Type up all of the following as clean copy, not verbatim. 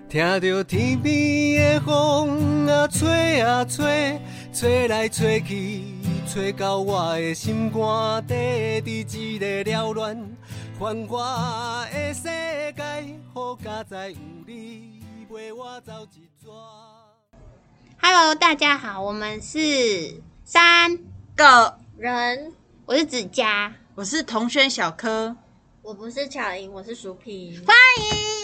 听着天边的风吹吹，吹来吹去，吹到我的心肝底，伫一个缭乱繁华的世界，好佳哉有你陪我走一逝。 Hello， 大家好，我们是3 个人， 我是子佳， 我是同轩小柯， 我不是巧莹，我是淑萍， 欢迎。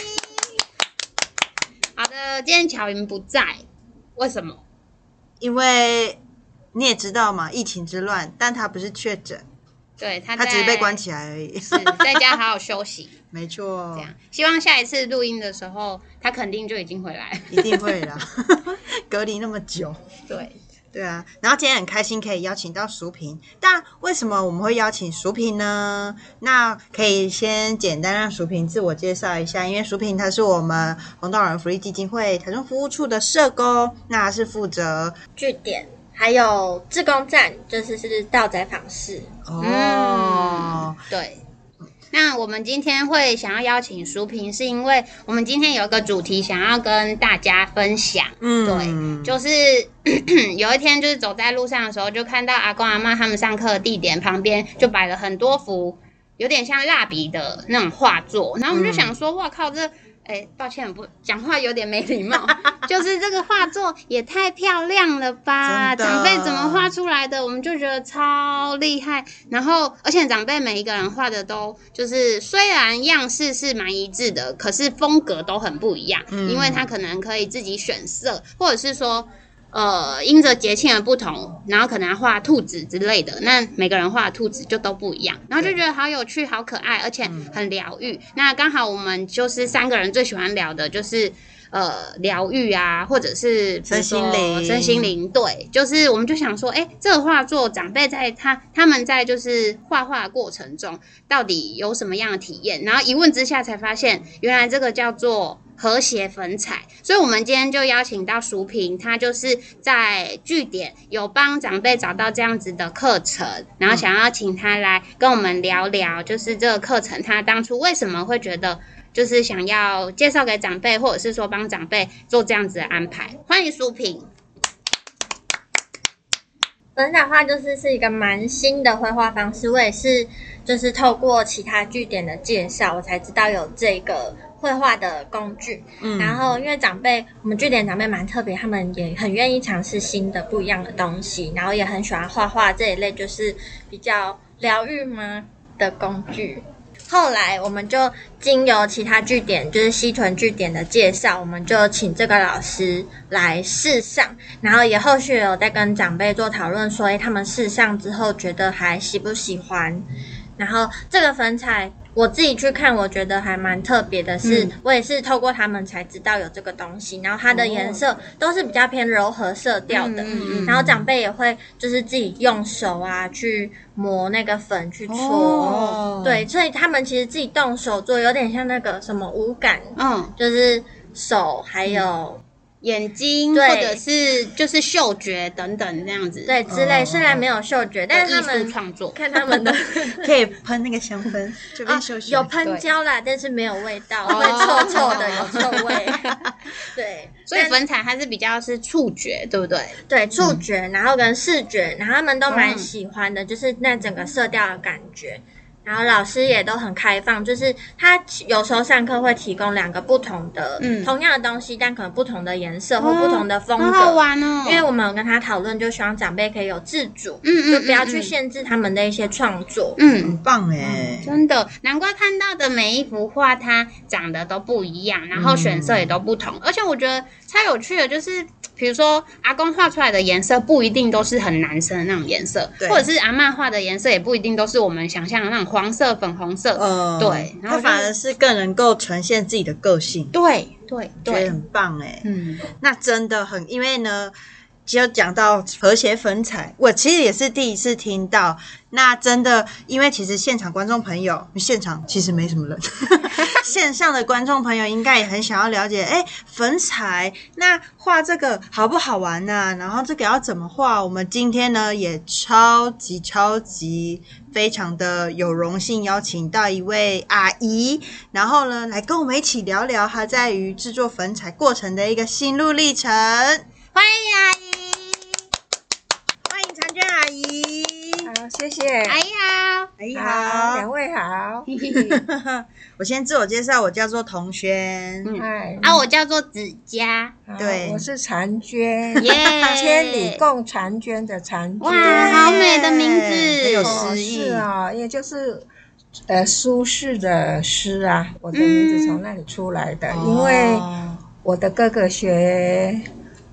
好的，今天巧莹不在，为什么？ 因为你也知道嘛，疫情之乱，但他不是确诊， 对他只是被关起来而已， 是在家好好休息。 没错， 这样，希望下一次录音的时候，他肯定就已经回来了， 一定会啦，隔离那么久，对啊，然后今天很开心可以邀请到淑萍，但为什么我们会邀请淑萍呢？那可以先简单让淑萍自我介绍一下，因为淑萍她是我们红道人福利基金会台中服务处的社工，那是负责据点，还有志工站，是道宅访视。 对。那我们今天会想要邀请淑萍，是因为我们今天有一个主题想要跟大家分享。对，就是有一天就是走在路上的时候，就看到阿公阿嬷他们上课的地点旁边就摆了很多幅有点像蜡笔的那种画作，然后我们就想说，哇靠，这抱歉，不讲话有点没礼貌，就是这个画作也太漂亮了吧！长辈怎么画出来的，我们就觉得超厉害。然后，而且长辈每一个人画的都就是虽然样式是蛮一致的，可是风格都很不一样，因为他可能可以自己选色，或者是说。因着节庆的不同，然后可能要画兔子之类的，那每个人画的兔子就都不一样，然后就觉得好有趣、好可爱，而且很疗愈。那刚好我们就是3个人最喜欢聊的就是疗愈啊，或者是身心灵，对，就是我们就想说，这个画作长辈在他们在就是画画的过程中到底有什么样的体验？然后一问之下才发现，原来这个叫做和谐粉彩，所以我们今天就邀请到淑萍，她就是在据点有帮长辈找到这样子的课程，然后想要请她来跟我们聊聊，就是这个课程她当初为什么会觉得就是想要介绍给长辈，或者是说帮长辈做这样子的安排。欢迎淑萍。 粉彩画是一个蛮新的绘画方式，我也是就是透过其他据点的介绍，我才知道有这个绘画的工具。然后因为我们据点长辈蛮特别，他们也很愿意尝试新的不一样的东西，然后也很喜欢画画这一类就是比较疗愈吗的工具。后来我们就经由其他据点，就是西屯据点的介绍，我们就请这个老师来试上，然后也后续有在跟长辈做讨论说，他们试上之后觉得还喜不喜欢。然后这个粉彩我自己去看，我觉得还蛮特别的是，我也是透过他们才知道有这个东西，然后它的颜色都是比较偏柔和色调的，然后长辈也会就是自己用手啊去磨那个粉去搓，对，所以他们其实自己动手做，有点像那个什么五感，就是手还有眼睛，或者是就是嗅觉等等这样子， 对之类。虽然没有嗅觉，但是他们艺术创作看他们的可以喷那个香氛，就变嗅觉有喷胶啦，但是没有味道，会臭臭的，有臭味。对， 所以粉彩它是比较是触觉，对不对？ 对，触觉，然后跟视觉，然后他们都蛮喜欢的，就是那整个色调的感觉。然后老师也都很开放，就是他有时候上课会提供2个不同的同样的东西，但可能不同的颜色或不同的风格， 好好玩哦。 因为我们有跟他讨论，就希望长辈可以有自主，就不要去限制他们的一些创作。 很棒耶， 真的，难怪看到的每一幅画它长得都不一样，然后选色也都不同，而且我觉得超有趣的，就是比如说阿公画出来的颜色不一定都是很男生的那种颜色，或者是阿嬷画的颜色也不一定都是我们想象的那种黄色、粉红色，对，然后它反而是更能够呈现自己的个性， 对， 觉得很棒哎，那真的很，因为呢， 就讲到和谐粉彩，我其实也是第一次听到。那真的，因为其实现场观众朋友，现场其实没什么人，线上的观众朋友应该也很想要了解，粉彩那画这个好不好玩啊？然后这个要怎么画？我们今天呢也超级非常的有荣幸邀请到一位阿姨，然后呢来跟我们一起聊聊她在于制作粉彩过程的一个心路历程。 欢迎阿姨， 欢迎婵娟阿姨。 好，谢谢。 阿姨好， 阿姨好， 两位好。 我先自我介绍，我叫做童轩。 我叫做子佳。 对， 我是婵娟，千里共婵娟的婵娟。 哇，好美的名字， 很有诗意。 是啊，也就是苏轼的诗啊，我的名字从那里出来的。因为我的哥哥学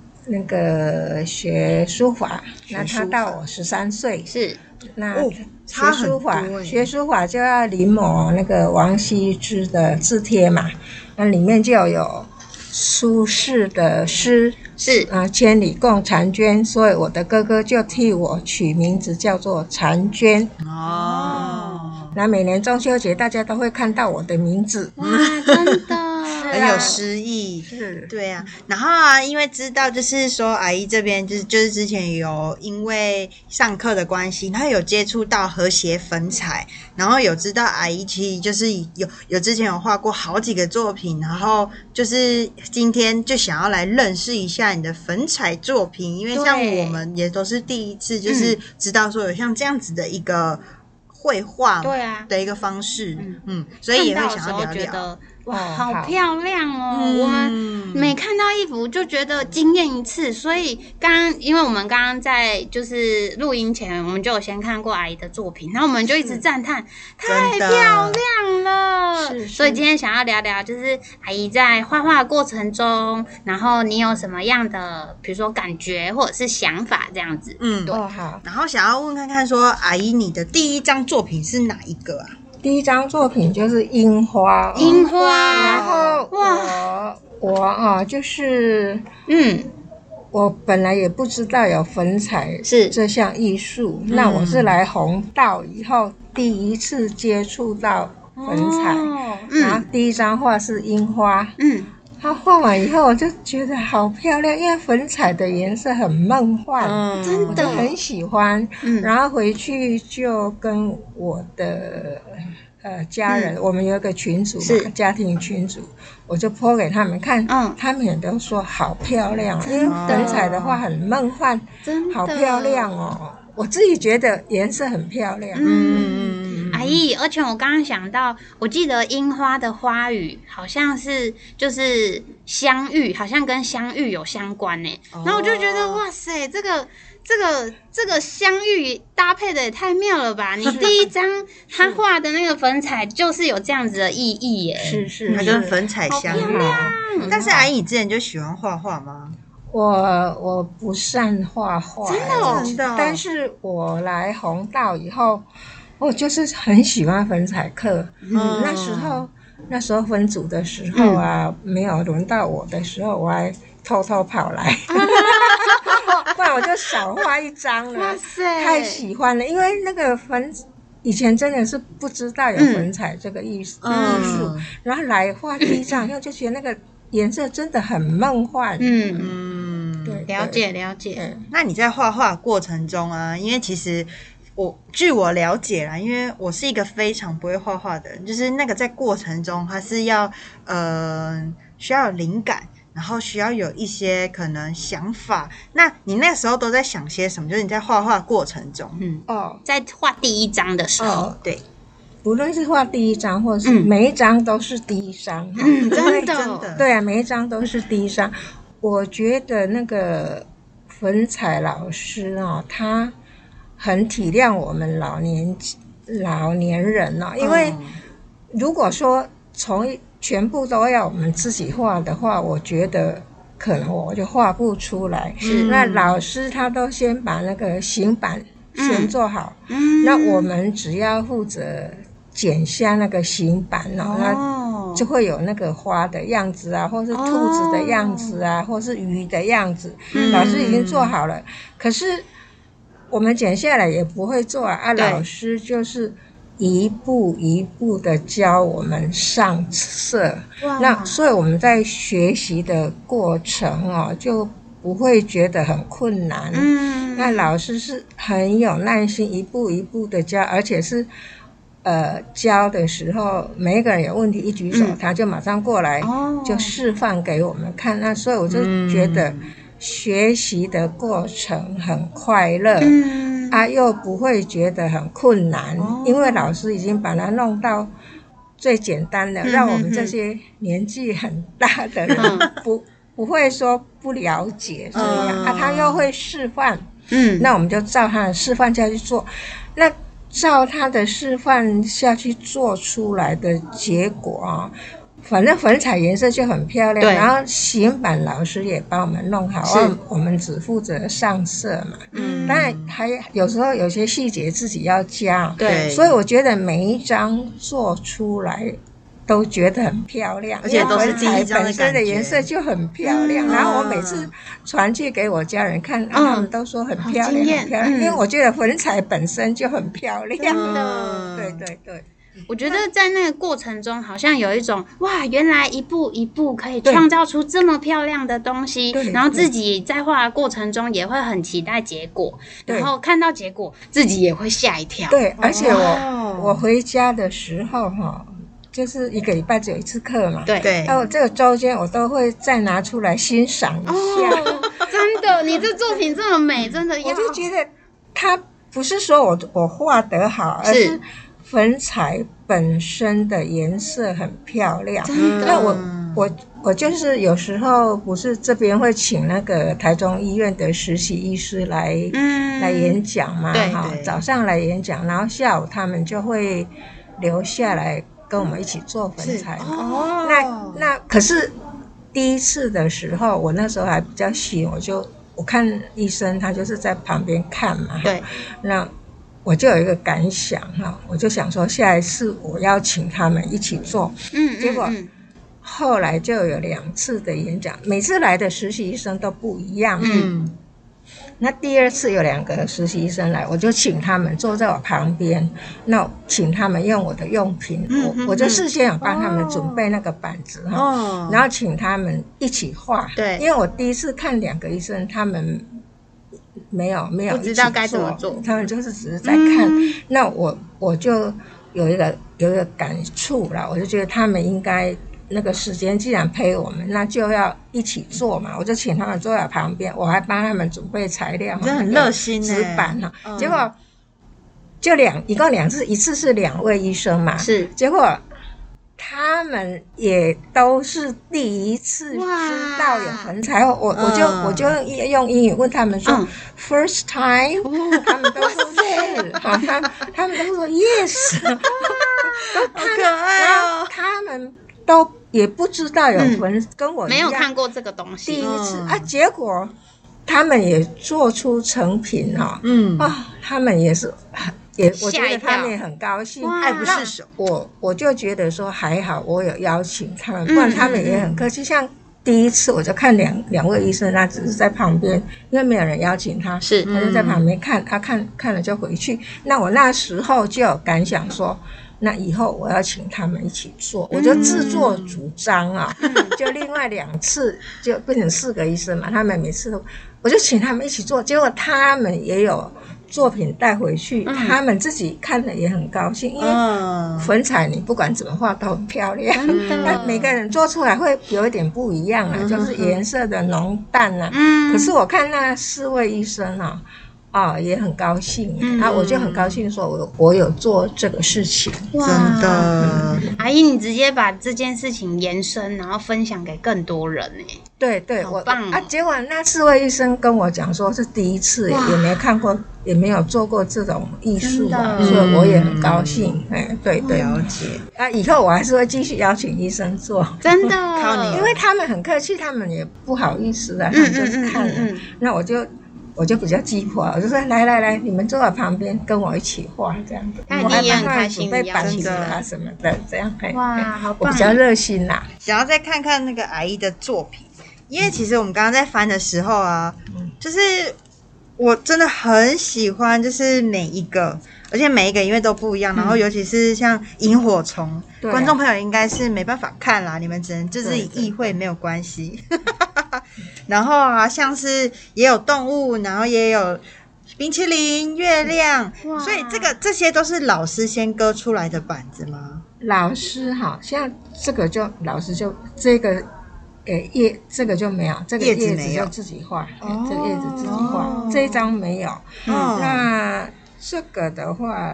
书法，那他到我13岁， 是那学书法就要临摹那个王羲之的字帖嘛，那里面就有苏轼的诗， 是千里共婵娟，所以我的哥哥就替我取名字叫做婵娟。那每年中秋节大家都会看到我的名字。 哇，真的很有诗意。 是， 对啊。然后因为知道就是说阿姨这边就是之前有因为上课的关系，然后有接触到和谐粉彩，然后有知道阿姨其实就是有之前有画过好几个作品，然后就是今天就想要来认识一下你的粉彩作品，因为像我们也都是第一次就是知道说有像这样子的一个绘画的一个方式，所以也会想要聊聊。 哇，好漂亮哦！我们每看到衣服就觉得惊艳一次，所以因为我们刚刚在就是录音前，我们就有先看过阿姨的作品，然后我们就一直赞叹太漂亮了。所以今天想要聊聊，就是阿姨在画画的过程中，然后你有什么样的，比如说感觉或者是想法这样子。 对。好。然后想要问看看说，阿姨你的第一张作品是哪一个啊？ 第一张作品就是樱花，然后我就是我本来也不知道有粉彩是这项艺术，那我是来弘道以后第一次接触到粉彩，然后第一张画是樱花，他画完以后我就觉得好漂亮，因为粉彩的颜色很梦幻，真的我就很喜欢，然后回去就跟我的家人，我们有一个群组嘛，家庭群组，我就 po 给他们看，他们也都说好漂亮，因为粉彩的话很梦幻，真的好漂亮哦，我自己觉得颜色很漂亮。 阿姨，而且我刚刚想到，我记得樱花的花语好像是就是香芋，好像跟香芋有相关呢。然后我就觉得哇塞，这个香芋搭配的也太妙了吧！你第一张他画的那个粉彩就是有这样子的意义耶， 是， 它跟粉彩相遇。但是阿姨，你之前就喜欢画画吗？ 我不善画画， 真的， 但是我来弘道以后，我就是很喜欢粉彩课。那时候分组的时候啊，没有轮到我的时候，我还偷偷跑来，不然我就少画一张了。哇塞，太喜欢了！因为那个以前真的是不知道有粉彩这个艺术，然后来画第一张以后，就觉得那个颜色真的很梦幻。 对，了解。 那你在画画过程中啊，因为其实据我了解啦，因为我是一个非常不会画画的人，就是那个在过程中它是要需要有灵感，然后需要有一些可能想法。那你那时候都在想些什么？就是你在画画过程中， 在画第一张的时候， 对， 不论是画第一张，或者是每一张都是第一张， 真的， 对啊，每一张都是第一张。我觉得那个粉彩老师他很体谅我们老年人因为如果说全部都要我们自己画的话，我觉得可能我就画不出来。那老师他都先把那个形板先做好，那我们只要负责剪下那个形板那就会有那个花的样子啊，或是兔子的样子啊，或是鱼的样子，老师已经做好了，可是我们剪下来也不会做啊，老师就是一步一步的教我们上色，那所以我们在学习的过程就不会觉得很困难。那老师是很有耐心，一步一步的教，而且是教的时候，每一个人有问题一举手，他就马上过来，就示范给我们看。那所以我就觉得学习的过程很快乐，又不会觉得很困难，因为老师已经把它弄到最简单的，让我们这些年纪很大的人不会说不了解这样他又会示范，那我们就照他的示范下去做，那照他的示范下去做出来的结果反正粉彩颜色就很漂亮，然后型板老师也帮我们弄好，我们只负责上色嘛。当然还有时候有些细节自己要加，对，所以我觉得每一张做出来都觉得很漂亮， 而且都是第一张本身的颜色就很漂亮。然后我每次传去给我家人看，他们都说很漂亮，很漂亮，因为我觉得粉彩本身就很漂亮。对对对。 我觉得在那个过程中好像有一种哇，原来一步一步可以创造出这么漂亮的东西，然后自己在画的过程中也会很期待结果，然后看到结果自己也会吓一跳。 对，而且我回家的时候就是一个礼拜只有一次课嘛，对，然后这个周间我都会再拿出来欣赏一下。 真的，你这作品这么美，真的我就觉得它不是说我画得好，而是粉彩本身的颜色很漂亮。那我就是有时候不是这边会请那个台中医院的实习医师来演讲嘛，早上来演讲，然后下午他们就会留下来跟我们一起做粉彩嘛。那可是第一次的时候，我那时候还比较新，我看医生他就是在旁边看嘛，对，那我就有一个感想我就想说下一次我要请他们一起做，结果后来就有2次的演讲，每次来的实习医生都不一样，那第2次有2个实习医生来，我就请他们坐在我旁边，那请他们用我的用品，我就事先有帮他们准备那个板子然后请他们一起画，对，因为我第一次看2个医生，他们没有不知道该怎么做， 他们就是只是在看，那我就有一个感触啦，我就觉得他们应该那个时间既然陪我们，那就要一起做嘛，我就请他们坐在旁边，我还帮他们准备材料， 真的很热心纸板结果就一共2次，一次是2位医生嘛，是，结果他们也都是第一次知道有粉彩，我就用英语问他们说first time，他们都说是，他们都说 yes， 好可爱哦， 他们都也不知道有粉，跟我一样没有看过这个东西， 第一次结果他们也做出成品他们也是。我觉得他们也很高兴， 爱不释手。 我就觉得说还好，我有邀请他们，不然他们也很客气。像第一次我就看两位医生，他只是在旁边，因为没有人邀请他，他就在旁边看，他看了就回去。那我那时候就有感想说，那以后我要请他们一起做，我就自作主张就另外2次就变成4个医生嘛，他们每次我就请他们一起做，结果他们也有作品带回去，他们自己看了也很高兴，因为粉彩你不管怎么画都很漂亮，但每个人做出来会有一点不一样就是颜色的浓淡可是我看那4位医生也很高兴我就很高兴说我有做这个事情， 真的。 阿姨你直接把这件事情延伸然后分享给更多人对， 好棒结果那4位医生跟我讲说是第一次也没看过也没有做过这种艺术所以我也很高兴对， 了解以后我还是会继续邀请医生做， 真的靠你， 因为他们很客气，他们也不好意思他们就是看那我我就比较鸡婆，我就说来，你们坐在旁边跟我一起画这样子。 他一定也很开心， 准备板子啊什么的，这样。 哇，好棒！ 我比较热心啦， 想要再看看那个阿姨的作品，因为其实我们刚刚在翻的时候啊，就是我真的很喜欢，就是每一个。而且每一个因为都不一样，然后尤其是像萤火虫，观众朋友应该是没办法看啦，你们只能就是意会没有关系。然后啊，像是也有动物，然后也有冰淇淋、月亮，所以这些都是老师先割出来的板子吗？ 老师好像这个就老师就这个。这个就没有，这个叶子就自己画，这个叶子自己画，这一张没有。那这个的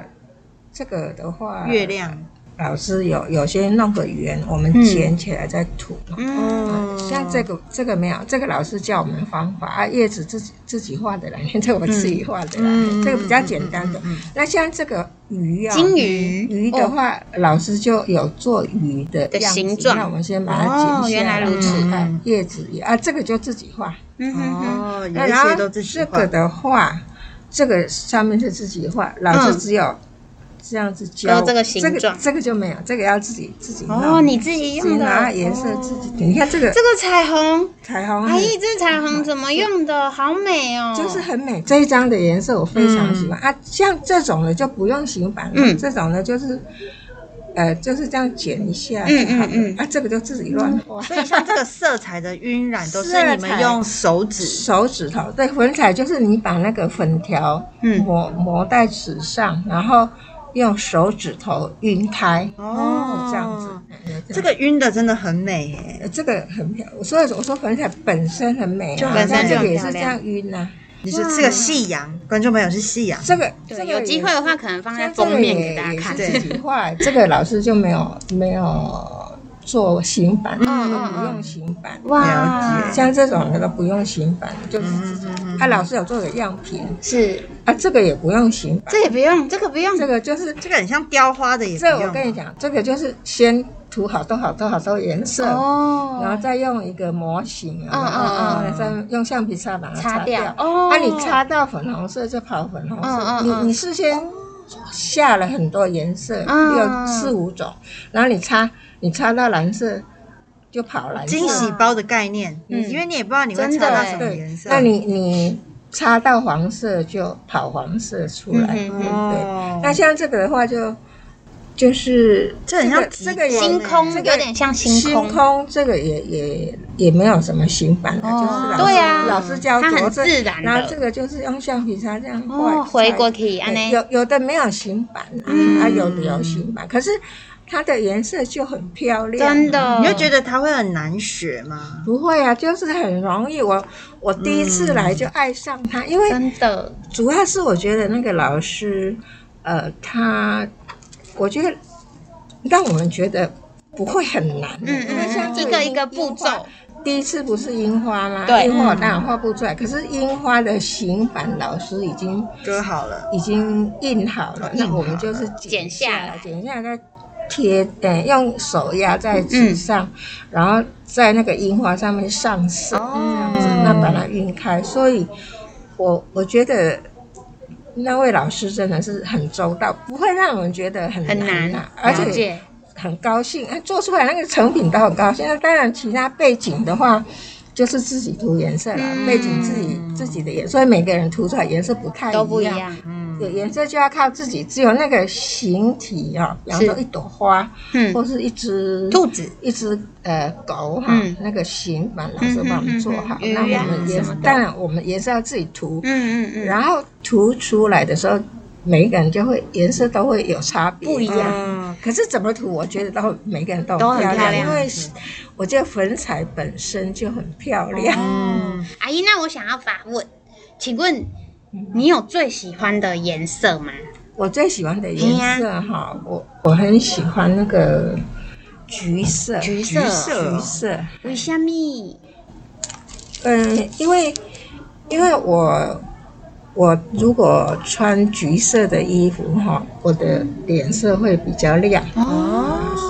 话， 月亮老师有些弄个圆，我们剪起来再涂。像这个没有，这个老师教我们方法啊，叶子自己画的啦，这我自己画的啦，这个比较简单的。那像这个鱼啊， 金鱼的话，老师就有做鱼的形状， 那我们先把它剪下来。 原来如此。 叶子啊，这个就自己画。 有一些都自己画。 这个的话，这个上面是自己画，老师只有这样子教这个形状， 这个就没有，这个要自己弄。 你自己用的， 拿颜色自己。你看这个彩虹， 阿姨，这彩虹怎么用的？好美哦， 就是很美。这一张的颜色我非常喜欢啊，像这种的就不用型板了，这种的就是这样剪一下，这个就自己乱画。 所以像这个色彩的晕染都是你们用手指头， 对，粉彩就是你把那个粉条磨在纸上，然后用手指头晕开，这样子。 这个晕的真的很美耶， 这个很漂亮。所以我说粉彩本身很美， 本身这个也是这样晕啊。 你说这个夕阳，观众朋友是夕阳。 这个有机会的话，可能放在封面给大家看。 自己画，这个老师就没有做型板，不用型板。 哇， 像这种的都不用型板，就是老师有做个样品， 是这个也不用型板， 这也不用，这个不用， 这个就是这个很像雕花的也不用。 这我跟你讲，这个就是先涂好多颜色，然后再用一个模型，再用橡皮擦把它擦掉。你擦到粉红色就跑粉红色，你事先下了很多颜色，有4、5种，然后你擦到蓝色就跑蓝色， 惊喜包的概念，因为你也不知道你会擦到什么颜色。 那你擦到黄色就跑黄色出来，对。那像这个的话就是这很像这个星空，有点像星空。这个也没有什么型板，就是老师教它很自然的。 然后这个就是用橡皮擦这样回过去， 有的没有型板，有的有型板，可是它的颜色就很漂亮， 真的。 你会觉得它会很难学吗？ 不会啊，就是很容易。我第一次来就爱上它，因为真的主要是我觉得那个老师，我觉得让我们觉得不会很难，因为像一个一个步骤。 第一次不是樱花吗？ 对， 樱花我当然画不出来，可是樱花的型板老师已经割好了， 已经印好了，那我们就是剪下来再贴，用手压在纸上，然后在那个樱花上面上色，这样子，那把它晕开。所以我觉得那位老师真的是很周到，不会让我们觉得很难，而且很高兴，做出来那个成品都很高兴。那当然，其他背景的话，就是自己涂颜色啦，背景自己的颜色，所以每个人涂出来颜色不太都不一样。 有颜色就要靠自己，只有那个形体比方说一朵花，或是一只兔子， 一只狗那个形板老师帮我们做好，那我们也当然我们也是要自己涂，然后涂出来的时候，每一个人就会颜色都会有差别， 不一样。 可是怎么涂，我觉得每个人都很漂亮，因为我觉得粉彩本身就很漂亮。 阿姨，那我想要发问，请问你有最喜欢的颜色吗？ 我最喜欢的颜色我很喜欢那个橘色。 橘色，为什么？ 因为我如果穿橘色的衣服我的脸色会比较亮，所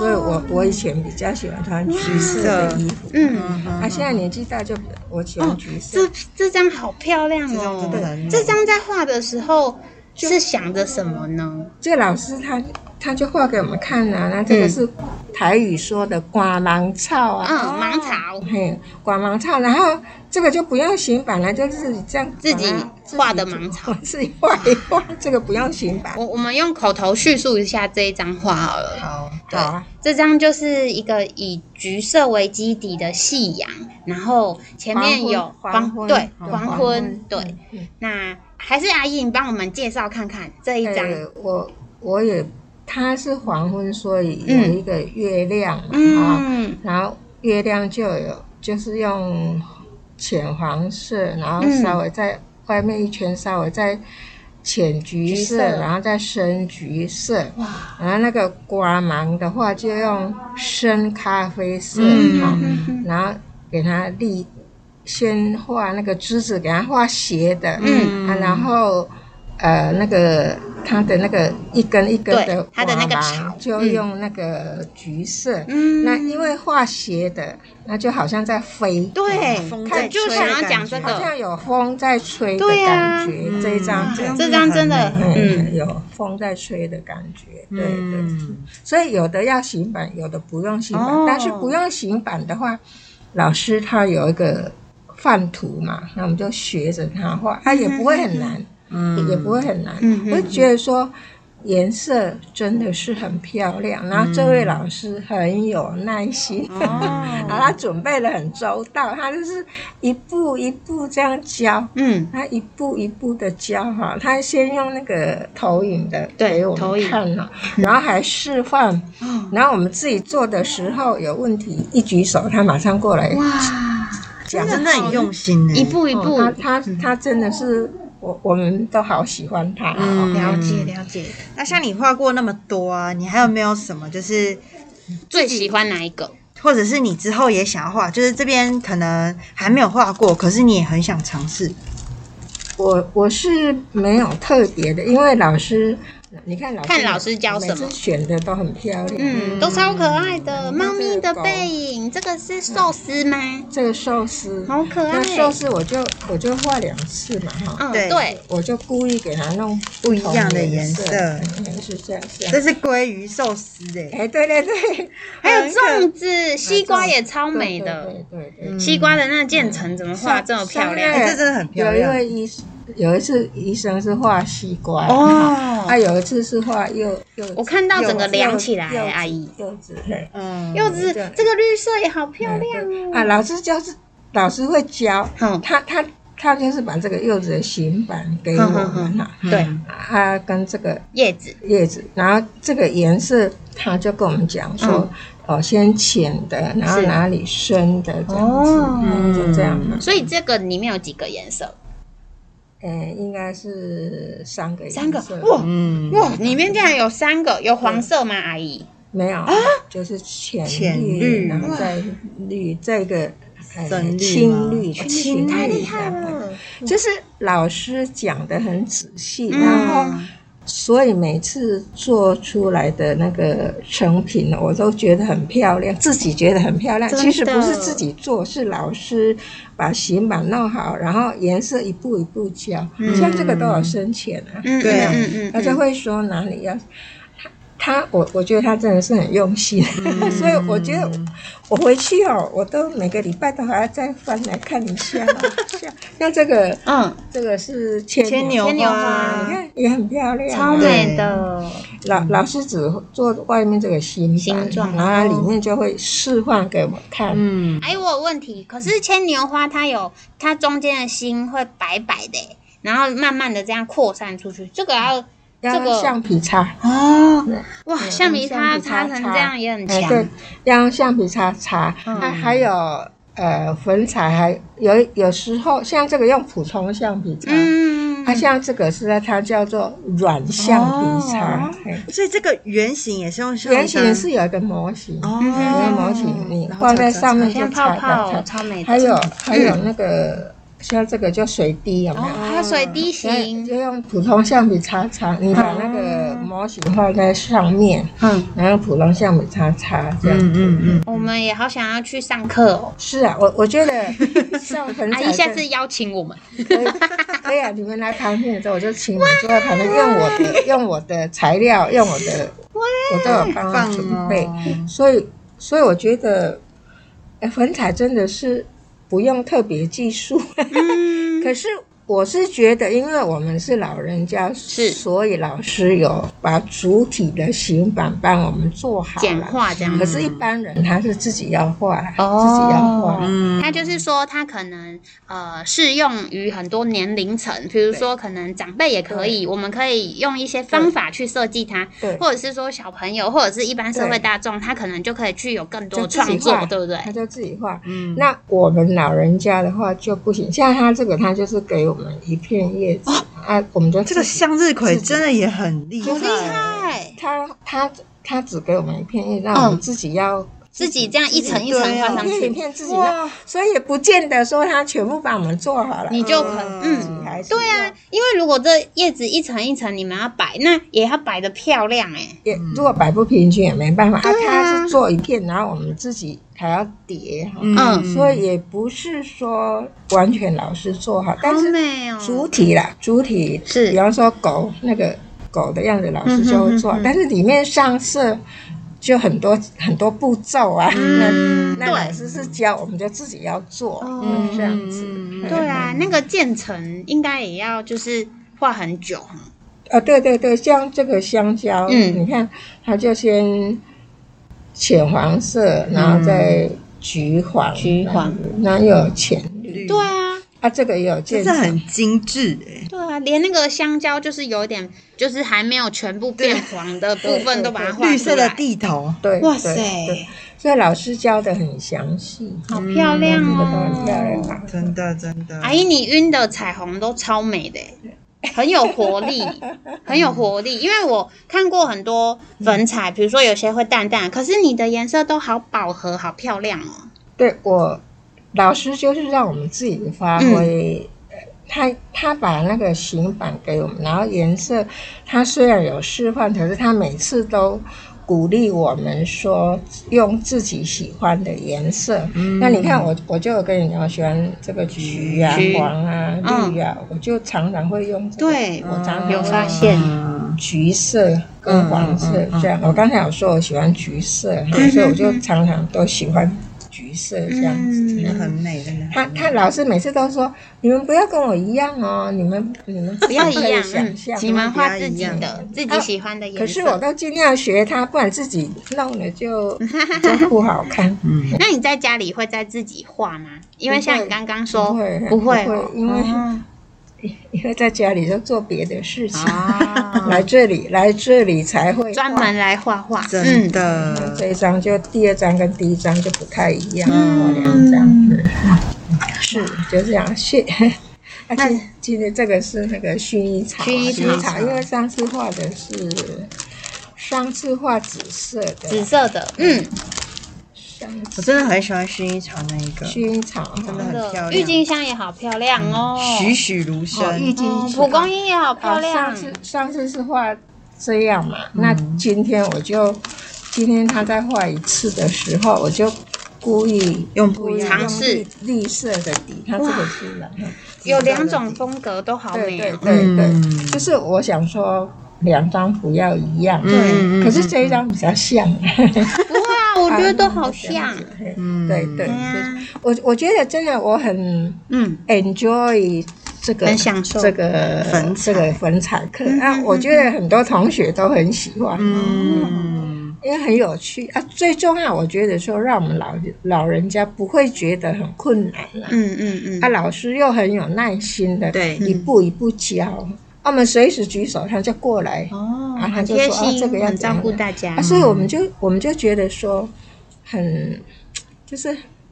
所以我以前比较喜欢穿橘色的衣服。现在年纪大就我喜欢橘色。 这张好漂亮哦！这张在画的时候是想着什么呢？ 这个老师他就画给我们看啊，那这个是台语说的瓜芒草啊， 芒草， 瓜芒草，然后这个就不用行板了，就是这样自己画的芒草， 自己画一画，这个不用行板。 我们用口头叙述一下这一张画好了。 好啊， 这张就是一个以橘色为基底的夕阳，然后前面有黄昏，对。那还是阿姨，你帮我们介绍看看这一张。 我也，它是黄昏，所以有一个月亮嘛，然后月亮就是用浅黄色，然后稍微在外面一圈稍微再浅橘色，然后再深橘色，然后那个瓜芒的话就用深咖啡色，然后给它先画那个枝子，给它画斜的，然后那个它的那个一根一根的它的那个草就用那个橘色，那因为画斜的，那就好像在飞， 对，就想要讲这个， 好像有风在吹的感觉。这张真的， 有风在吹的感觉，对。所以有的要行板，有的不用行板，但是不用行板的话，老师他有一个范图嘛，那我们就学着他画，他也不会很难。也不会很难，我觉得说颜真的是很漂亮，然后这位老师很有耐心，然后他准备的很周到，他就是一步一步这样教，他一步一步的教哈，他先用那个投影的给我们看哈，然后还示范，然后我们自己做的时候有问题一举手，他马上过来，哇， 真的很用心， 一步一步， 他真的是。我们都好喜欢他， 了解。 那像你画过那么多啊，你还有没有什么就是最喜欢哪一个， 或者是你之后也想要画，就是这边可能还没有画过，可是你也很想尝试？ 我是没有特别的，因为老师。你看老师教什么， 选的都很漂亮， 都超可爱的。猫咪的背影，这个是寿司吗？ 这个寿司好可爱。 那寿司我就画2次嘛，哈， 对， 我就故意给它弄不一样的颜色， 是这样。 这是鲑鱼寿司哎，对， 还有粽子，西瓜也超美的，对，西瓜的那渐层怎么画这么漂亮？ 这真的很漂亮。 有一次医生是画西瓜有一次是画柚子， 我看到整个亮起来，阿姨， 柚子， 这个绿色也好漂亮哦。 老师会教，他就是把这个柚子的形板给我们对， 他跟这个叶子， 然后这个颜色他就跟我们讲说。先浅的，然后哪里深的这样子，就这样。 所以这个里面有几个颜色？ 应该是3个颜色。 3个，哇，里面竟然有3个，有黄色吗，阿姨？ 没有，就是浅绿，然后再绿，这个青绿， 太厉害了！ 就是老师讲得很仔细，然后。所以每次做出来的那个成品我都觉得很漂亮，自己觉得很漂亮。其实不是自己做，是老师把形板弄好，然后颜色一步一步教。像这个都有深浅啊，对，他就会说哪里要。我觉得他真的是很用心，所以我觉得我回去我都每个礼拜都还要再翻来看一下。像这个，这个是牵牛花，你看也很漂亮， 超美的。 老师只做外面这个形状，然后它里面就会示范给我们看。 我有问题，可是牵牛花它中间的心会白白的，然后慢慢的这样扩散出去，这个要橡皮擦哇，橡皮擦擦成这样也很强。 对，要用橡皮擦擦。还有粉彩，还有时候像这个用普通橡皮擦，像这个是它叫做软橡皮擦。 所以这个圆形也是用橡皮擦。 圆形是有一个模型，有一个模型你放在上面就擦， 超美的。 还有那个像这个就水滴有没有？ 还有水滴型， 就用普通橡皮擦擦，你把那个模型画在上面，然后普通橡皮擦擦这样子。 我们也好想要去上课哦。 是啊，我觉得上粉彩， 阿姨下次邀请我们。 可以啊，你们来旁边的时候，我就请你坐在旁边，用我的材料，用我的，我都有帮他准备。所以我觉得，粉彩真的是不用特别技术。可是我是觉得，因为我们是老人家，所以老师有把主体的形板帮我们做好了， 简化这样。 可是，一般人他是自己要画，自己要画。 他就是说，他可能适用于很多年龄层，比如说可能长辈也可以，我们可以用一些方法去设计它，或者是说小朋友或者是一般社会大众，他可能就可以去有更多创作，对不对？ 他就自己画。那我们老人家的话就不行，像他这个，他就是给我们一片叶子我们就这个向日葵真的也很厉害， 好厉害。 他只给我们一片叶子，让我们自己要。 自己这样一层一层画上去， 一片自己弄，所以也不见得说他全部帮我们做好了， 你就对啊，因为如果这叶子一层一层你们要摆，那也要摆得漂亮也如果摆不平均也没办法他是做一片，然后我们自己还要叠所以也不是说完全老师做好，但是主体是，比方说狗那个狗的样子老师就会做，但是里面上色就很多步骤啊，那老师是教，我们就自己要做，这样子。 对啊，那个渐层应该也要就是画很久。 对，像这个香蕉，你看它就先浅黄色，然后再橘黄，然后又有浅绿。 对啊。 这个也有渐层， 这很精致对啊，连那个香蕉就是有点，就是还没有全部变黄的部分都把它画出来。 绿色的地头， 对， 哇塞！ 所以老师教的很详细， 好漂亮哦， 都很漂亮， 真的。 阿姨，你晕的彩虹都超美的，很有活力，很有活力。因为我看过很多粉彩，比如说有些会淡淡，可是你的颜色都好饱和，好漂亮哦。 对，老师就是让我们自己发挥，他把那个形板给我们，然后颜色他虽然有示范，可是他每次都鼓励我们说用自己喜欢的颜色。那你看我就有跟你讲，我喜欢这个橘啊、黄啊、绿啊，我就常常会用这个。 对， 我常常有发现橘色跟黄色这样。我刚才有说我喜欢橘色，所以我就常常都喜欢橘色这样子， 很美的。 他老师每次都说，你们不要跟我一样哦，你们不要一样， 想象你们画自己的，自己喜欢的颜色。 可是我都尽量学他，不然自己弄了就不好看。 那你在家里会再自己画吗？因为像你刚刚说不会，因为在家里就做别的事情，来这里才会专门来画画。 真的， 这一张就第二张跟第一张就不太一样，画2张。是就这样。那今天这个是那个薰衣草，因为上次画紫色的， 我真的很喜欢薰衣草那一个， 薰衣草真的很漂亮， 郁金香也好漂亮哦， 栩栩如生。 郁金香、 蒲公英也好漂亮。 上次是画这样嘛，那今天他再画一次的时候，我就故意用不一样尝试绿色的底，它这个是蓝， 有2种风格都好美。 对，就是我想说2张不要一样，对，可是这一张比较像。 不会啊，我觉得都好像。 对，我觉得真的我很enjoy 这个， 很享受这个粉彩课我觉得很多同学都很喜欢，因为很有趣最重要，我觉得说让我们老人家不会觉得很困难老师又很有耐心的，对，一步一步教。我们随时举手，他就过来他就说这个要很照顾大家所以我们就觉得说就是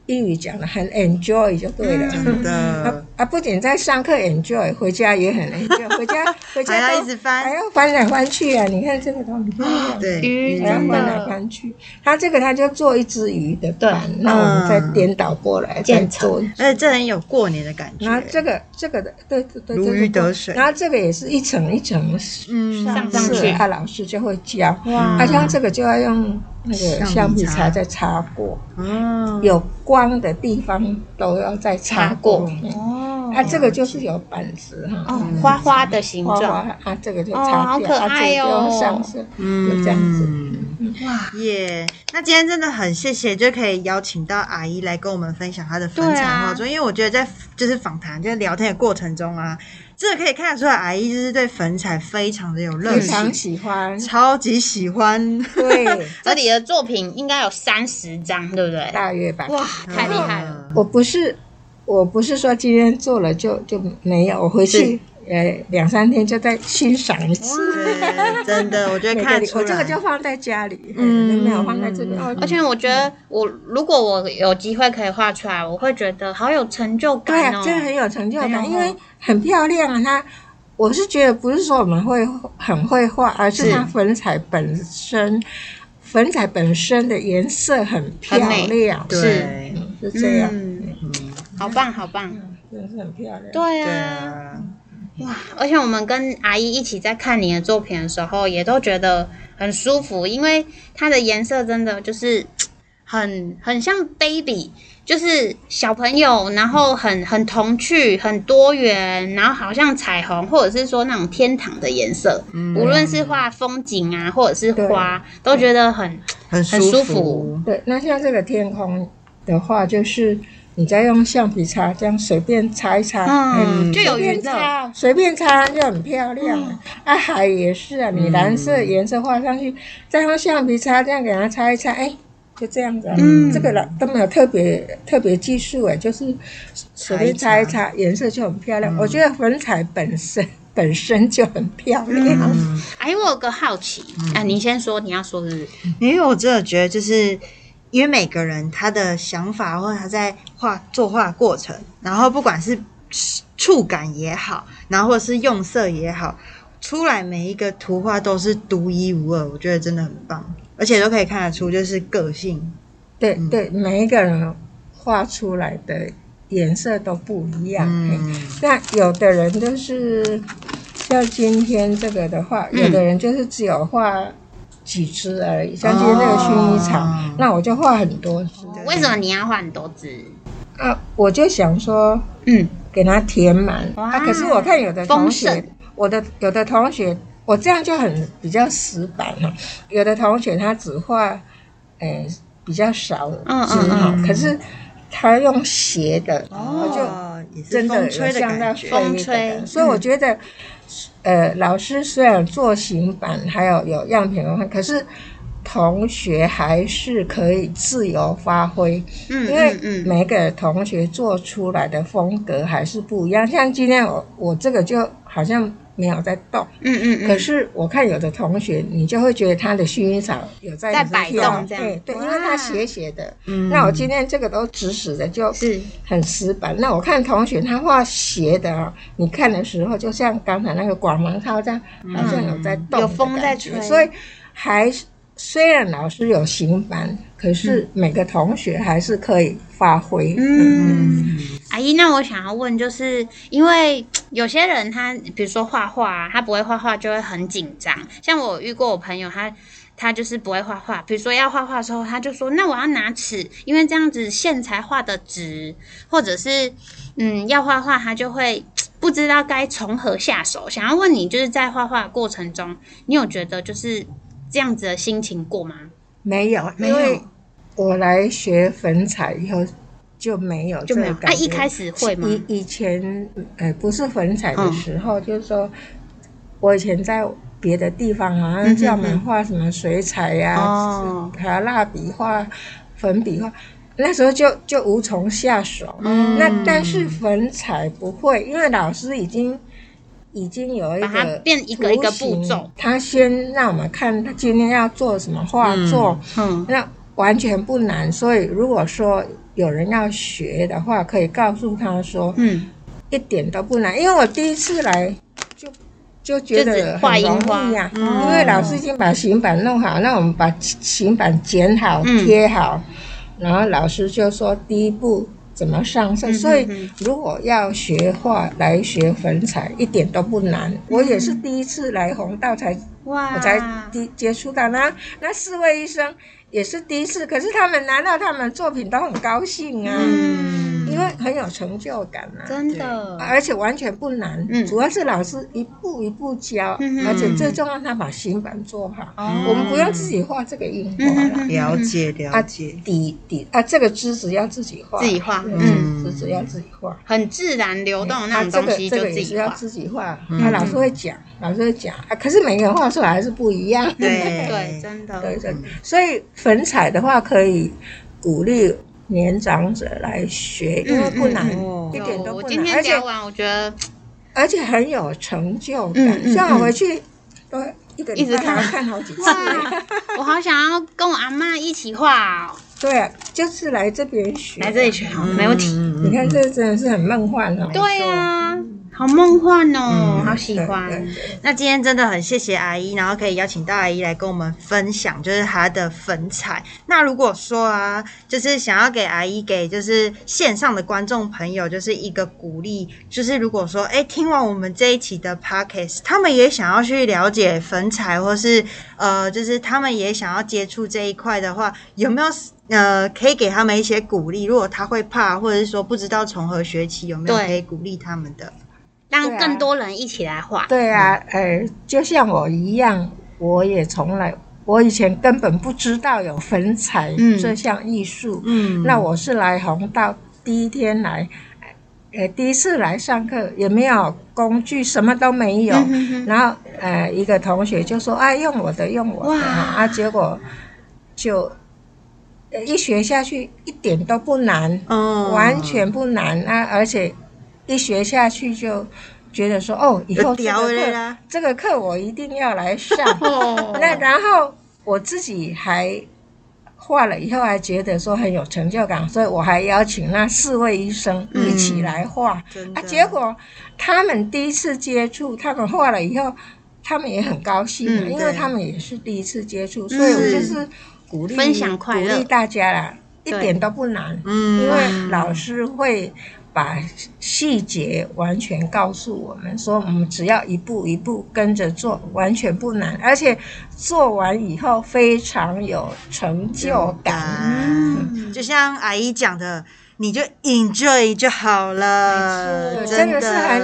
英语讲的很 enjoy 就对了， 真的不仅在上课 enjoy， 回家也很 enjoy， 回家还要一直翻， 还要翻来翻去啊！你看这个东西， 对， 鱼还要翻来翻去。它这个它就做一只鱼的板，那我们再颠倒过来再做， 而且这很有过年的感觉。 然后这个的对， 如鱼得水。 然后这个也是一层一层上去， 老师就会教。像这个就要用那个橡皮擦再擦过，有光的地方都要再擦过。这个就是有板子花花的形状这个就擦掉， 好可爱哦， 上色，就这样子。 哇耶！那今天真的很谢谢，就可以邀请到阿姨来跟我们分享她的粉彩画作，因为我觉得在就是访谈、就是聊天的过程中啊，真的可以看得出来，阿姨就是对粉彩非常的有热情， 非常喜欢， 超级喜欢。 对， 这里的作品应该有30张，对不对？ 大约吧。 哇，太厉害了！ 我不是说今天做了就没有，我回去2-3天就再欣赏一次。 真的，我觉得看出来， 我这个就放在家里，没有放在这边。 而且我觉得如果我有机会可以画出来，我会觉得好有成就感哦。 对，真的很有成就感，因为很漂亮啊。我是觉得不是说我们很会画，而是它粉彩本身的颜色很漂亮， 是这样。 好棒，好棒， 真的是很漂亮。 对啊，哇！而且我们跟阿姨一起在看你的作品的时候，也都觉得很舒服，因为它的颜色真的就是很像 baby， 就是小朋友，然后很童趣，很多元，然后好像彩虹，或者是说那种天堂的颜色，无论是画风景啊，或者是花，都觉得很舒服。 对，那像这个天空的话，就是你再用橡皮擦这样随便擦一擦， 就有颜色， 随便擦就很漂亮。海也是啊，你蓝色颜色画上去，再用橡皮擦这样给它擦一擦，就这样子。这个都没有特别技术就是随便擦一擦，颜色就很漂亮。我觉得粉彩本身就很漂亮。 我有个好奇，你先说，你要说是不是？ 因为我真的觉得就是因为每个人他的想法或者他在作画过程，然后不管是触感也好，然后或者是用色也好，出来每一个图画都是独一无二，我觉得真的很棒，而且都可以看得出就是个性。 对，每一个人画出来的颜色都不一样。那有的人就是像今天这个的话，有的人就是只有画几只而已，像今天这个薰衣草，那我就画很多只。 为什么你要画很多只？ 我就想说，给它填满。可是我看有的同学，有的同学，我这样就比较死板了。有的同学他只画，比较少只可是他用斜的，就真的有像在风吹。所以我觉得，老师虽然做型板还有样品文化，可是同学还是可以自由发挥，因为每个同学做出来的风格还是不一样。像今天我这个就好像没有在动，可是我看有的同学，你就会觉得他的薰衣草有在摆动，这样对，因为它斜的。那我今天这个都直的，就是很死板。那我看同学他画斜的你看的时候，就像刚才那个广芒套这样，好像有在动， 有风在吹， 所以虽然老师有型板，可是每个同学还是可以发挥。 阿姨，那我想要问，就是因为有些人他比如说画画，他不会画画就会很紧张。像我遇过我朋友，他就是不会画画，比如说要画画的时候，他就说那我要拿尺，因为这样子线才画得直，或者是要画画他就会不知道该从何下手。想要问你，就是在画画的过程中，你有觉得就是这样子的心情过吗？ 没有，因为我来学粉彩以后就没有这个感觉。 一开始会吗？ 以前不是粉彩的时候，就是说我以前在别的地方好像叫我们画什么水彩呀，还有蜡笔画、粉笔画，那时候就无从下手。那但是粉彩不会，因为老师已经有一个把它变一个一个步骤， 他先让我们看他今天要做什么画作，那完全不难。所以如果说有人要学的话，可以告诉他说，一点都不难，因为我第一次来就觉得很容易啊，因为老师已经把形板弄好，那我们把形板剪好贴好，然后老师就说第一步怎么上色，所以如果要学画来学粉彩一点都不难。我也是第一次来弘道我才接触到，那4位医生也是第一次，可是他们拿到他们作品都很高兴啊，因为很有成就感啊， 真的， 而且完全不难，主要是老师一步一步教，而且最重要他把形板做好，我们不用自己画这个印花了， 了解底这个枝子要自己画， 枝子要自己画， 很自然流动的那种东西就自己画， 这个也是要自己画，老师会讲，可是每个人画出来还是不一样， 对，真的， 对，所以粉彩的话可以鼓励年长者来学，因为不难，一点都不难。 我今天聊完，我觉得， 而且很有成就感。像我回去都一直看好几次。 我好想要跟我阿嬷一起画哦。 对啊，就是来这边学， 来这里学，没问题。 你看这真的是很梦幻哦。 对啊。好梦幻哦，好喜欢。 那今天真的很谢谢阿姨，然后可以邀请到阿姨来跟我们分享，就是她的粉彩。那如果说啊，就是想要给阿姨给就是线上的观众朋友，就是一个鼓励，就是如果说听完我们这一期的 podcast， 他们也想要去了解粉彩，或是就是他们也想要接触这一块的话，有没有可以给他们一些鼓励？如果他会怕，或者是说不知道从何学起，有没有可以鼓励他们的？ 让更多人一起来画。 对啊，就像我一样，我以前根本不知道有粉彩这项艺术。那我是来弘道第一天来，第一次来上课，也没有工具，什么都没有。然后一个同学就说：“用我的。”结果就一学下去一点都不难，完全不难啊！而且一学下去就觉得说以后这个课我一定要来上。那然后我自己还画了以后还觉得说很有成就感，所以我还邀请那4位医生一起来画。结果他们第一次接触，他们画了以后他们也很高兴，因为他们也是第一次接触，所以我就是鼓励分享快乐， 鼓励大家啦，一点都不难。因为老师会把细节完全告诉我们，说我们只要一步一步跟着做，完全不难，而且做完以后非常有成就感。 就像阿姨讲的，你就 enjoy 就好了， 真的是很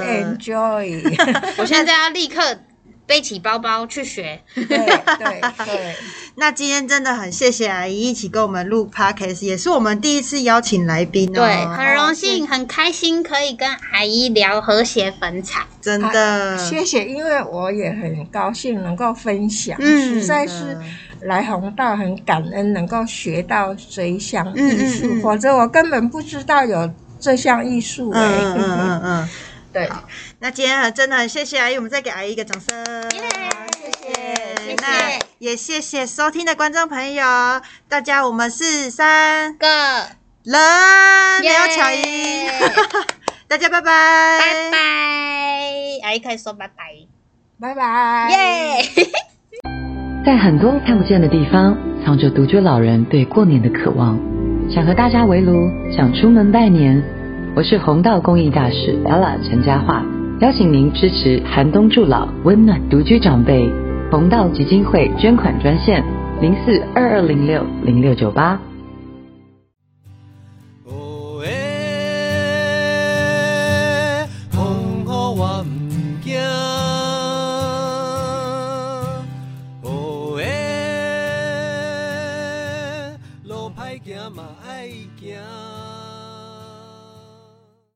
enjoy。 我现在要立刻背起包包去学。 对。 那今天真的很谢谢阿姨一起跟我们录 podcast， 也是我们第一次邀请来宾哦。 对，很荣幸，很开心可以跟阿姨聊和谐粉彩。 真的， 谢谢，因为我也很高兴能够分享，实在是来弘道很感恩能够学到这一项艺术，否则我根本不知道有这项艺术。对， 那今天真的很谢谢阿姨，我们再给阿姨一个掌声。 谢谢。 那也谢谢收听的观众朋友，大家我们是3个人，没有巧音。大家拜拜， 拜拜。阿姨可以说拜拜， 拜拜， 耶。 在很多看不见的地方，藏着独居老人对过年的渴望。想和大家围炉，想出门拜年。我是弘道公益大使 Ella 陈嘉桦，邀请您支持寒冬助老，温暖独居长辈。弘道基金会捐款专线0422060698。 风雨我唔惊，路歹行嘛爱行。